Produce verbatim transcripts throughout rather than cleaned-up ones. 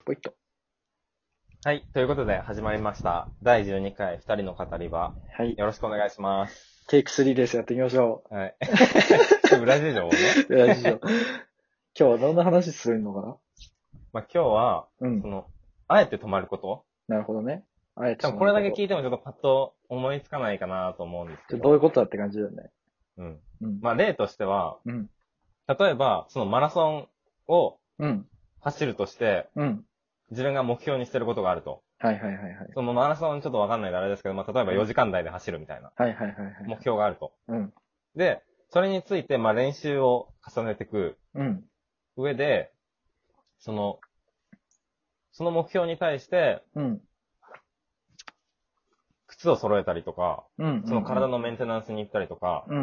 ポイッと。 はい。ということで始まりました。だいじゅうにかいふたりの語り場。 はい。 よろしくお願いします。 テイクスリーです。やっていきましょはい。ブラジルをね。 う。ラジオ。今日はどんな話するのかな。 まあ、今日は、 うん。 その、あえて止まること。 なるほどね。あえて多分これだけそのこと。 聞いてもちょっとパッと思いつかないかなと思うんですけじゃどういうど。 ことだって感じだよね。 うん。 うん。 まあ、例としては、 うん。 例えば、そのマラソンをうん。 走るとして、 うん。 自分が目標にしてることがあると。 はいはいはいはい。 そのマラソンちょっとわかんないであれですけど、まあ、例えばうん。 よじかん台で走るみたいなはいはいはいはい。 目標があると。 うん。 で、それについて、まあ、練習を重ねていくうん。 上で、その、その目標に対して、 うん。 靴を揃えたりとか、 うん。 そのうん。 体のメンテナンスに行ったりとか、 うん。うん。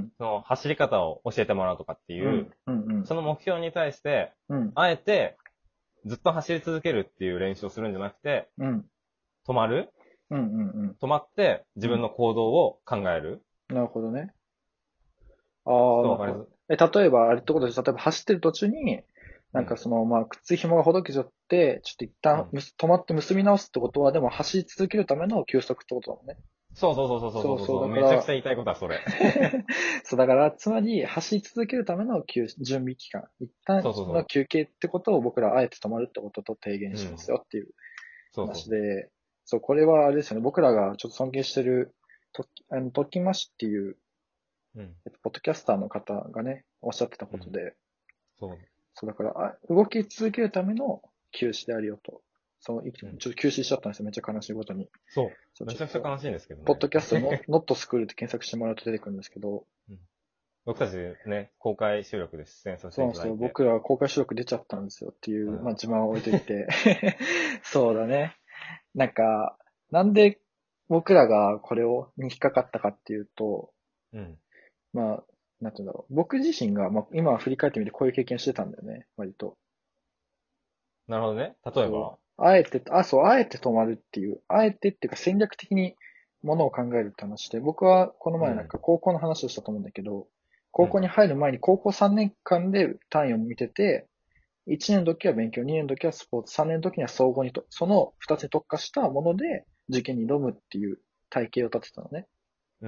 その走り方を教えてもらうとかってうん。 いう、 うん。うん。 その目標に対して、 うん。 あえてずっと走り続けるっていう練習をするんじゃなくて、 うん。 止まるうん。うん。 止まって自うん。 分の行動を考える。 なるほどね。ああ、 ちょっとなるほど。 わかります？ え、例えば、あれってことで、例えば走ってる途中に、 うん。 なんかその、まあ、靴紐がほどけちゃって、ちょっと一旦うん。 むす止まって結び直すってことは、でも走り続けるための休息ってことだもんね。 そうそうそうそうそうそうそう、 そうそう。 だから、 めちゃくちゃ言いたいことはそれ。 そう、だから、つまり、走り続けるための休準備期間、一旦のそうそうそ休憩ってことを僕らはあえて止まるってことと提言う。うしますん。 よっていうそうそうそ話で、そう、これはあれですよね、僕らがちょっと尊敬してる、とあの、ときましっていう、 う。うん。 えっと、ポッドキャスターの方がね、おっしゃってたうん。 ことで、 そう。 そう、だから、あ動き続けるための休止であるよと。その、いちょうん。 っと休止しちゃったんですよ。めっちゃ悲しいことに。 そそう、 う。めちょっと、 ちゃくちゃ悲しいんですけどね。 ポッドキャストの Not School って検索してもらうと出てくるんですけど、 うん。僕たちね、公開収録で出演させてそうなんですよ。 いただいて。 僕らは公開収録出ちゃったんですよっていう、 うん。 まあ自慢を置いといて。そうだね。なんか、なんで僕らがこれを、に引っかかったかっていうと、 うん。 まあ、なんていうんだろう。僕自身が、まあ今振り返ってみてこういう経験してたんだよね。割と。 なるほどね。例えそう。 ば。 あえて、あ、そう、あえて止まるっていう、あえてっていうか戦略的にものを考えるって話で、僕はこのうん。 前なんか高校の話をしたと思うんだけど、高校にうん。 入る前に高校さんねんかんで単位を見てて、いちねんの時は勉強、にねんの時はスポーツ、さんねんの時には総合にと、そのふたつに特化したもので受験に挑むっていう体系を立てたのね。 うん。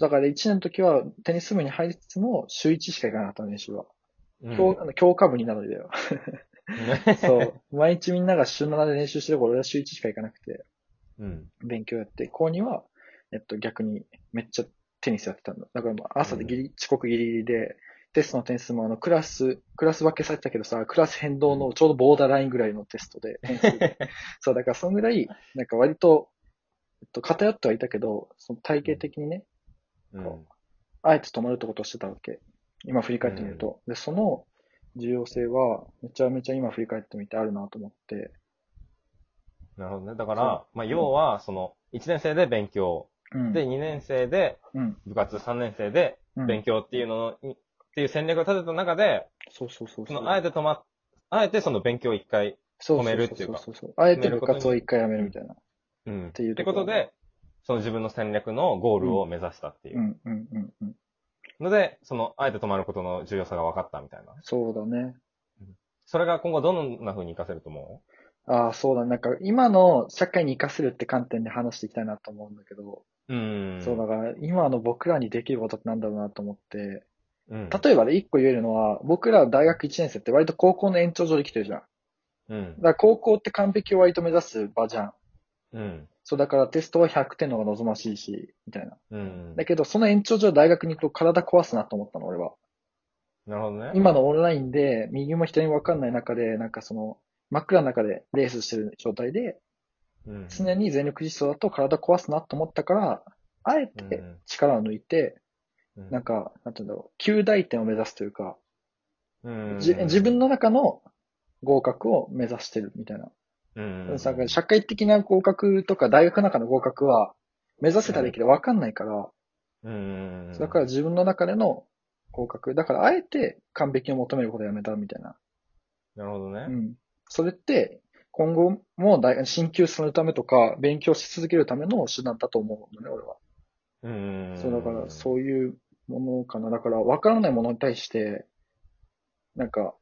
だからいちねんの時はテニス部に入りつつも週いちしか行かなかったの、練習は。教、 うん。 あの教科部になるのだよ。そう。毎日みんなが週ななで練習してるから俺は週いちしか行かなくて、 うん。 勉強やって、高には、えっと逆にめっちゃテニスやってたんだ。だからもう朝でギうん。 リ、遅刻ギリギリで、テストの点数もあのクラス、クラス分けされてたけどさ、クラス変動のちょうどボーダーラインぐらいのテストで、点数で。そう、だからそんぐらい、なんか割と、えっと、偏ってはいたけど、その体系的にね、こう、 うん。 あえて止まるってことをしてたわけ。今振り返ってみるうん。 と。で、その重要性は、めちゃめちゃ今振り返ってみてあるなと思って、 なるほどね。だかそら、まあ、 う。うん。 要は、その、いちねん生で勉強。 うん。 で、にねん生でうん。 部活、さんねん生でうん。 勉強っていうのに、っていう戦略を立てた中で、 そうそうそうその、 そう。 あえて止まっ、あえてその勉強を一回止めそうそうそうるっていうか、 そうそうそう。あえ止めて部ることに、 活を一回やめうん。 るみたいな。っうん。 ていうってところだね。 ことで、その自分の戦略のゴーうん。 ルを目指したっていう。 うん。うん。うん。うん。 ので、その、あえて止まることの重要さが分かったみたいな。 そうだね。 うん。それが今後どんな風に活かせると思ああ、そうだね。なんか今の社会に活かせるって観点で話していきたいなと思うんだけど、 う？うそうだん。 から今の僕らにできることってなんだろうなと思って、 うん。 例えばで一個言えるのは、僕ら大学いちねん生って割と高校の延長上で来てるじゃん。だかうん。 ら高校って完璧を割と目指す場じゃん。 うん。 そうだからテストはひゃくてんの方が望ましいし、みたいな。 うん。 だけどその延長上大学に行くと体壊すなと思ったの、俺は。 なるほどね。 今のオンラインで右も左もわかんない中で、なんかその真っ暗の中でレースしてる状態で、 うん。 常に全力疾走だと体壊すなと思ったから、あえてうん。 力を抜いて、 うん。 なんか、なんていうんだろう、及第点を目指すというか、 うじ自分ん。 の中の合格を目指してるみたいな。 うなんかん。 社会的な合格とか大学の中の合格は目指せたらいいうん。 けどわかんないから、 うん。 だから自分の中での合格。だからあえて完璧を求めることをやめたみたいな。 なるほどね。 うん。それって今後も大進級するためとか勉強し続けるための手段だと思うのね、俺は。 うそうだからん。 そういうものかな。だからわからないものに対して、なんか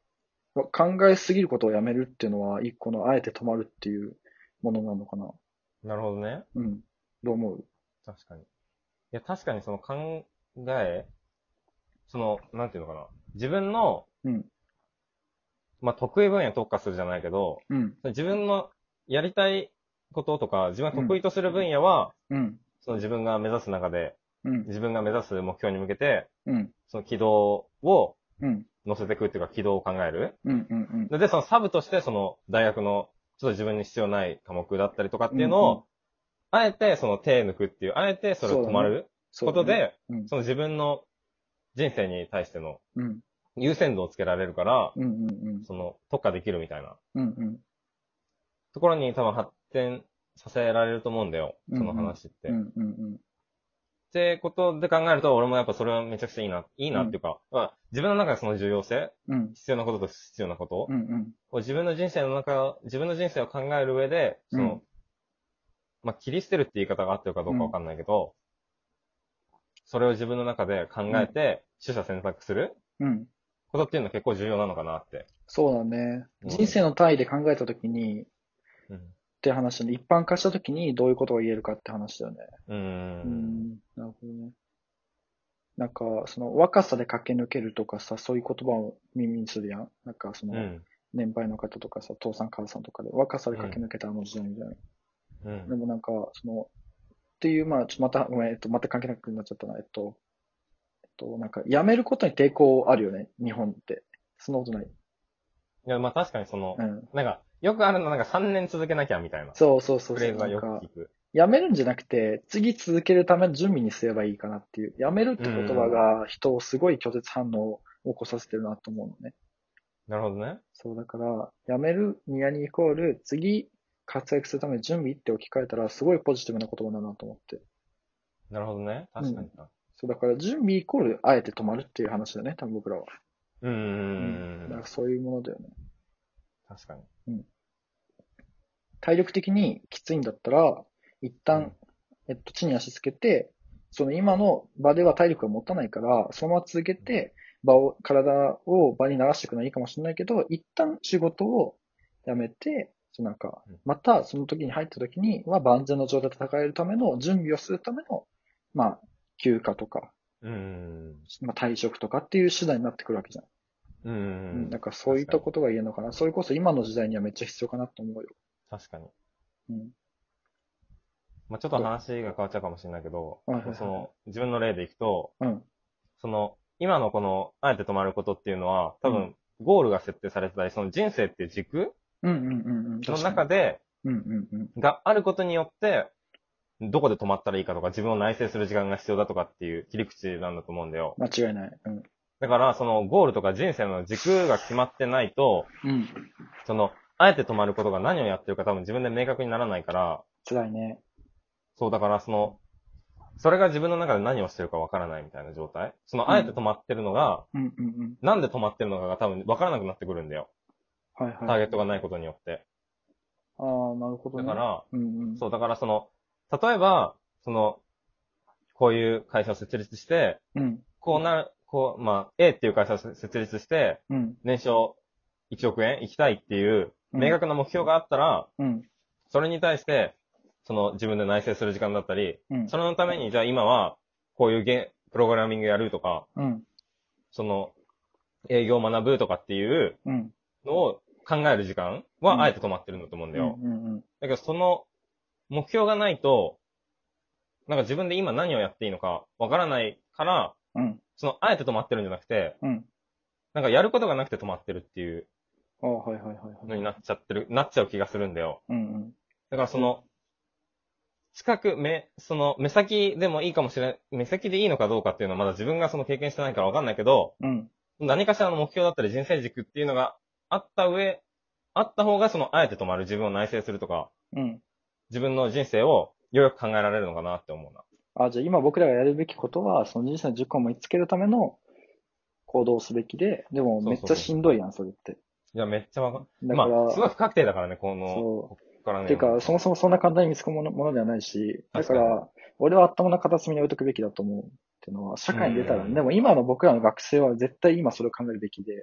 考えすぎることをやめるっていうのは、一個のあえて止まるっていうものなのかな。 なるほどね。 うん。どう思う？ 確かに。いや、確かにその考え、その、なんていうのかな。自分の、 うん。 まあ、得意分野に特化するじゃないけど、 うん。 自分のやりたいこととか、自分がうん。 得意とする分野は、 うん。 その自分が目指す中で、 うん。 自分が目指す目標に向けて、 うん。 その軌道をうん。 乗せていくっていうか、軌道を考える。 うん。うん。 で、そのサブとして、その大学の、ちょっと自分に必要ない科目だったりとかっうん。うん。 ていうのを、あえてその手抜くっていう、あえてそれをそうだね。 止まるそうだね。 ことで、 うん。 その自分の人生に対してのうん。 優先度をつけられるから、 うん。うん。うん。 その特化できるみたいなうん。うん。 ところに多分発展させられると思うんだよ。そのうん。うん。 話って。 うん。 ってことで考えると、俺もやっぱそれはめちゃくちゃいいな、いいうん。 なっていうか、まあ、自分の中でその重要性、 うん。 必要なことと必要なことうん。 を自分の人生の中、自分の人生を考える上で、 うん。 その、まあ、切り捨てるって言い方が合ってるかどうん。 うかわかんないけど、それを自分の中で考うん。 えて、取捨選択するうん。 ことっていうのは結構重要なのかなってそうだね。人生思うんだよね。 の単位で考えたときに、っうん。 て話で、一般化したときにどういうことが言えるかって話だよね。 うーん。 うーん。なるほどね。なんか、その若さで駆け抜けるとかさ、そういう言葉を耳にするやん。なんか、その、 うん。 年配の方とかさ、父さん母さんとかで、若さでうん。 駆け抜けたあの時代みたいな。 うん。 でもなんか、その、っていう、まあ、ちょっとまた、ごめん、えっと、また関係なくなっちゃったな。えっと、えっと、なんか、辞めることに抵抗あるよね、日本って。そんなことない？ いや、まあ確かにその、 うん。 なんか、よくあるのはなんかさんねん続けなきゃみたいなそうそうそうそう。 フレーズはなんか、 よく聞く。 辞めるんじゃなくて、次続けるための準備にすればいいかなっていう。辞めるっうて言葉ん。 が人をすごい拒絶反応を起こさせてるなと思うのね。 なるほどね。 そう、だから、辞める、ニヤニイコール、次、活躍するための準備って置き換えたら、すごいポジティブな言葉だなと思って。 なるほどね。 うん。 確かにな。 そう、だから準備イコール、あえて止まるっていう話だね、多分僕らは。 うーうん。だかん。 らそういうものだよね。 確かに。 うん。体力的にきついんだったら、一旦、 うん。 えっと、地に足つけて、その今の場では体力が持たないから、そのまま続けて、場を、体を場に流していくのはいいかもしれないけど、一旦仕事を辞めて、そのなんか、 うん。 またその時に入った時には万全の状態で戦えるための準備をするための、まあ、休暇とか、 うーん。 まあ退職とかっていう手段になってくるわけじゃん。 うーうん、だん。 からそういっ確かに。 たことが言えるのかな。それこそ今の時代にはめっちゃ必要かなと思うよ。 確かに。 うん。 まあちょっとど話が変わっちゃうかもしれないけど、 う？はいはいはいはい。 その、自分の例でいくと、 うん。 その、今のこの、あえて止まることっていうのは、 うん。 多分、ゴールが設定されてたり、その人生っていう軸うんうんうんうん。 の確かに。 中で、 うんうんうん。 があることによって、どこで止まったらいいかとか、自分を内省する時間が必要だとかっていう切り口なんだと思うんだよ。 間違いない。うん。 だから、そのゴールとか人生の軸が決まってないと、 うん。 その、あえて止まることが何をやってるか多分自分で明確にならないから、 辛いね。 そうだからその、それが自分の中で何をしてるかわからないみたいな状態。その、あえてうん。 止まってるのが、 うんうんうん。 なんで止まってるのかが多分わからなくなってくるんだよ。 はいはいターゲはいはい。 ットがないことによって。 ああ、なるほどね。 だから、 うんうん。 そう、だからその、例えば、その、こういう会社を設立して、 うん。 こうなる、こう、まあ、A っていう会社を設立して、 うん。 年商いちおく円行きたいっていう、 うん。 明確な目標があったら、 うん。 それに対して、その自分で内省する時間だったり、 うん。 そのために、じゃあ今は、こういうゲプログラミングやるとか、 うん。 その、営業を学ぶとかっていううん。 のを考える時間うん。 はあえて止まってるんだと思うんだうん。 よ。 うん。 だけどその目標がないと、なんか自分で今何をやっていいのかわからないから、 うん。 そのあえて止まってるんじゃなくて、 うん。 なんかやることがなくて止まってるっていうああ、はいはいはいはい。 のになっちゃってる、なっちゃう気がするんだよ。 うんうん。 だからその、近く、目、その、目先でもいいかもしれん、目先でいいのかどうかっていうのはまだ自分がその経験してないからわかんないけど、 うん。 何かしらの目標だったり人生軸っていうのがあった上、あった方がその、あえて止まる自分を内省するとか、 うん。 自分の人生をようやく考えられるのかなって思うな。 あ、じゃあ今僕らがやるべきことは、その人生の軸を見つけるための行動をすべきで、でもめっちゃそうそうそうそう。 しんどいやん、それって。 いや、めっちゃわかん、まあ、すだから、 ごい不確定だからね、この、 そう。 こっからね、 ていうか、そなんか。 もそもそんな簡単に見つかるものものではないし、だ確かに。 から、俺は頭の片隅に置いとくべきだと思うっていうのは、社う会に出たらね、 ん。 でも今の僕らの学生は絶対今それを考えるべきで、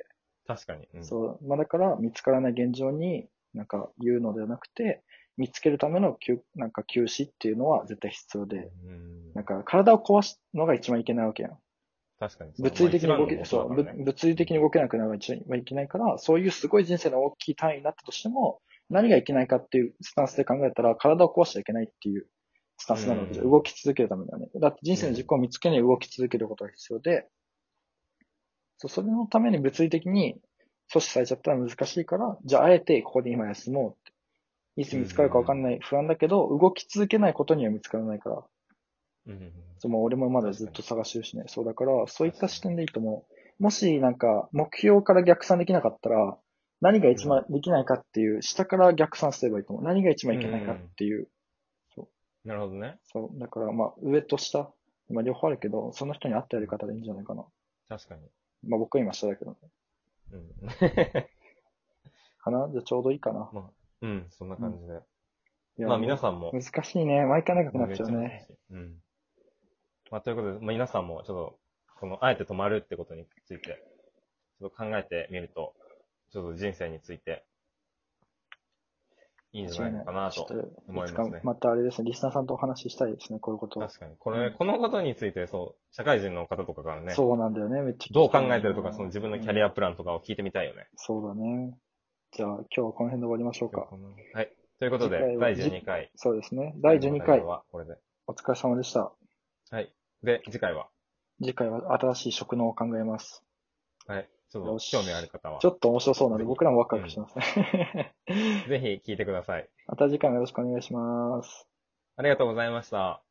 確かに。うん。 そう。まあだから見つからない現状になんか言うのではなくて、見つけるための休、なんか休止っていうのは絶対必要で、 うん。 なんか体を壊すのが一番いけないわけやん。 確かに。そう。 物理的に動け、 まあ一番の元そう、ぶだからね。 物理的に動けなくなるのが一番いけないから、そういうすごい人生の大きい単位になったとしても、何がいけないかっていうスタンスで考えたら、体を壊しちゃいけないっていうスタンスなので、 うん。 動き続けるためにはね。だって人生の軸を見つけに動き続けることが必要で、そう、それのために物理的に阻止されちゃったら難しいから、じゃああえてここで今休もうって。いつ見つかるかわかんない不安だけど、動き続けないことには見つからないから、 うん。 そう、もう俺もまだずっと探してるしね。そうだから、そういった視点でいいと思う。もしなんか目標から逆算できなかったら、何が一番できないかっていう、下から逆算すればいいと思う。何が一番いけないかっていう。そう。 なるほどね。 そう。だからまあ、上と下、まあ両方あるけど、その人に合ったやり方でいいんじゃないかな。 確かに。 まあ僕は今下だけどね。 うん。 かなじゃあちょうどいいかな。 まあ、うん、そんな感じで。 いや、 まあ皆さんも、 難しいね。毎回長くなっめっちゃ難しちゃうね。 い。うん。まあということで、まあ皆さんもちょっと、この、あえて止まるってことについて、ちょっと考えてみると、ちょっと人生について、いいんじゃないのかなとちょっと、いつか思いますね。 またあれですね、リスナーさんとお話ししたいですね、こういうことを。 確かに。これ、 うんこのことについて、そう、社会人の方とかからね、 そうなんだよね、めっちゃ聞きたいどう考んだよなえてるとか、その自分のキャリアプランとかを聞いてみたいよね。 そうだね。じゃあ、今日はこの辺で終わりましょうか。 今日このはい。ということで、 次回は、 だいじゅうにじかい、 そうですね。だい12回、 最後の内容はこれで。 お疲れ様でした。 はい。で、次回は、 次回は新しい職能を考えます。 はい。ちょっよし。 と興味ある方は、 ちょっと面白そうなので、 ぜひ僕らもワクワクしてますね。 ぜひ聞いてください。 また次回もよろしくお願いします。 ありがとうございました。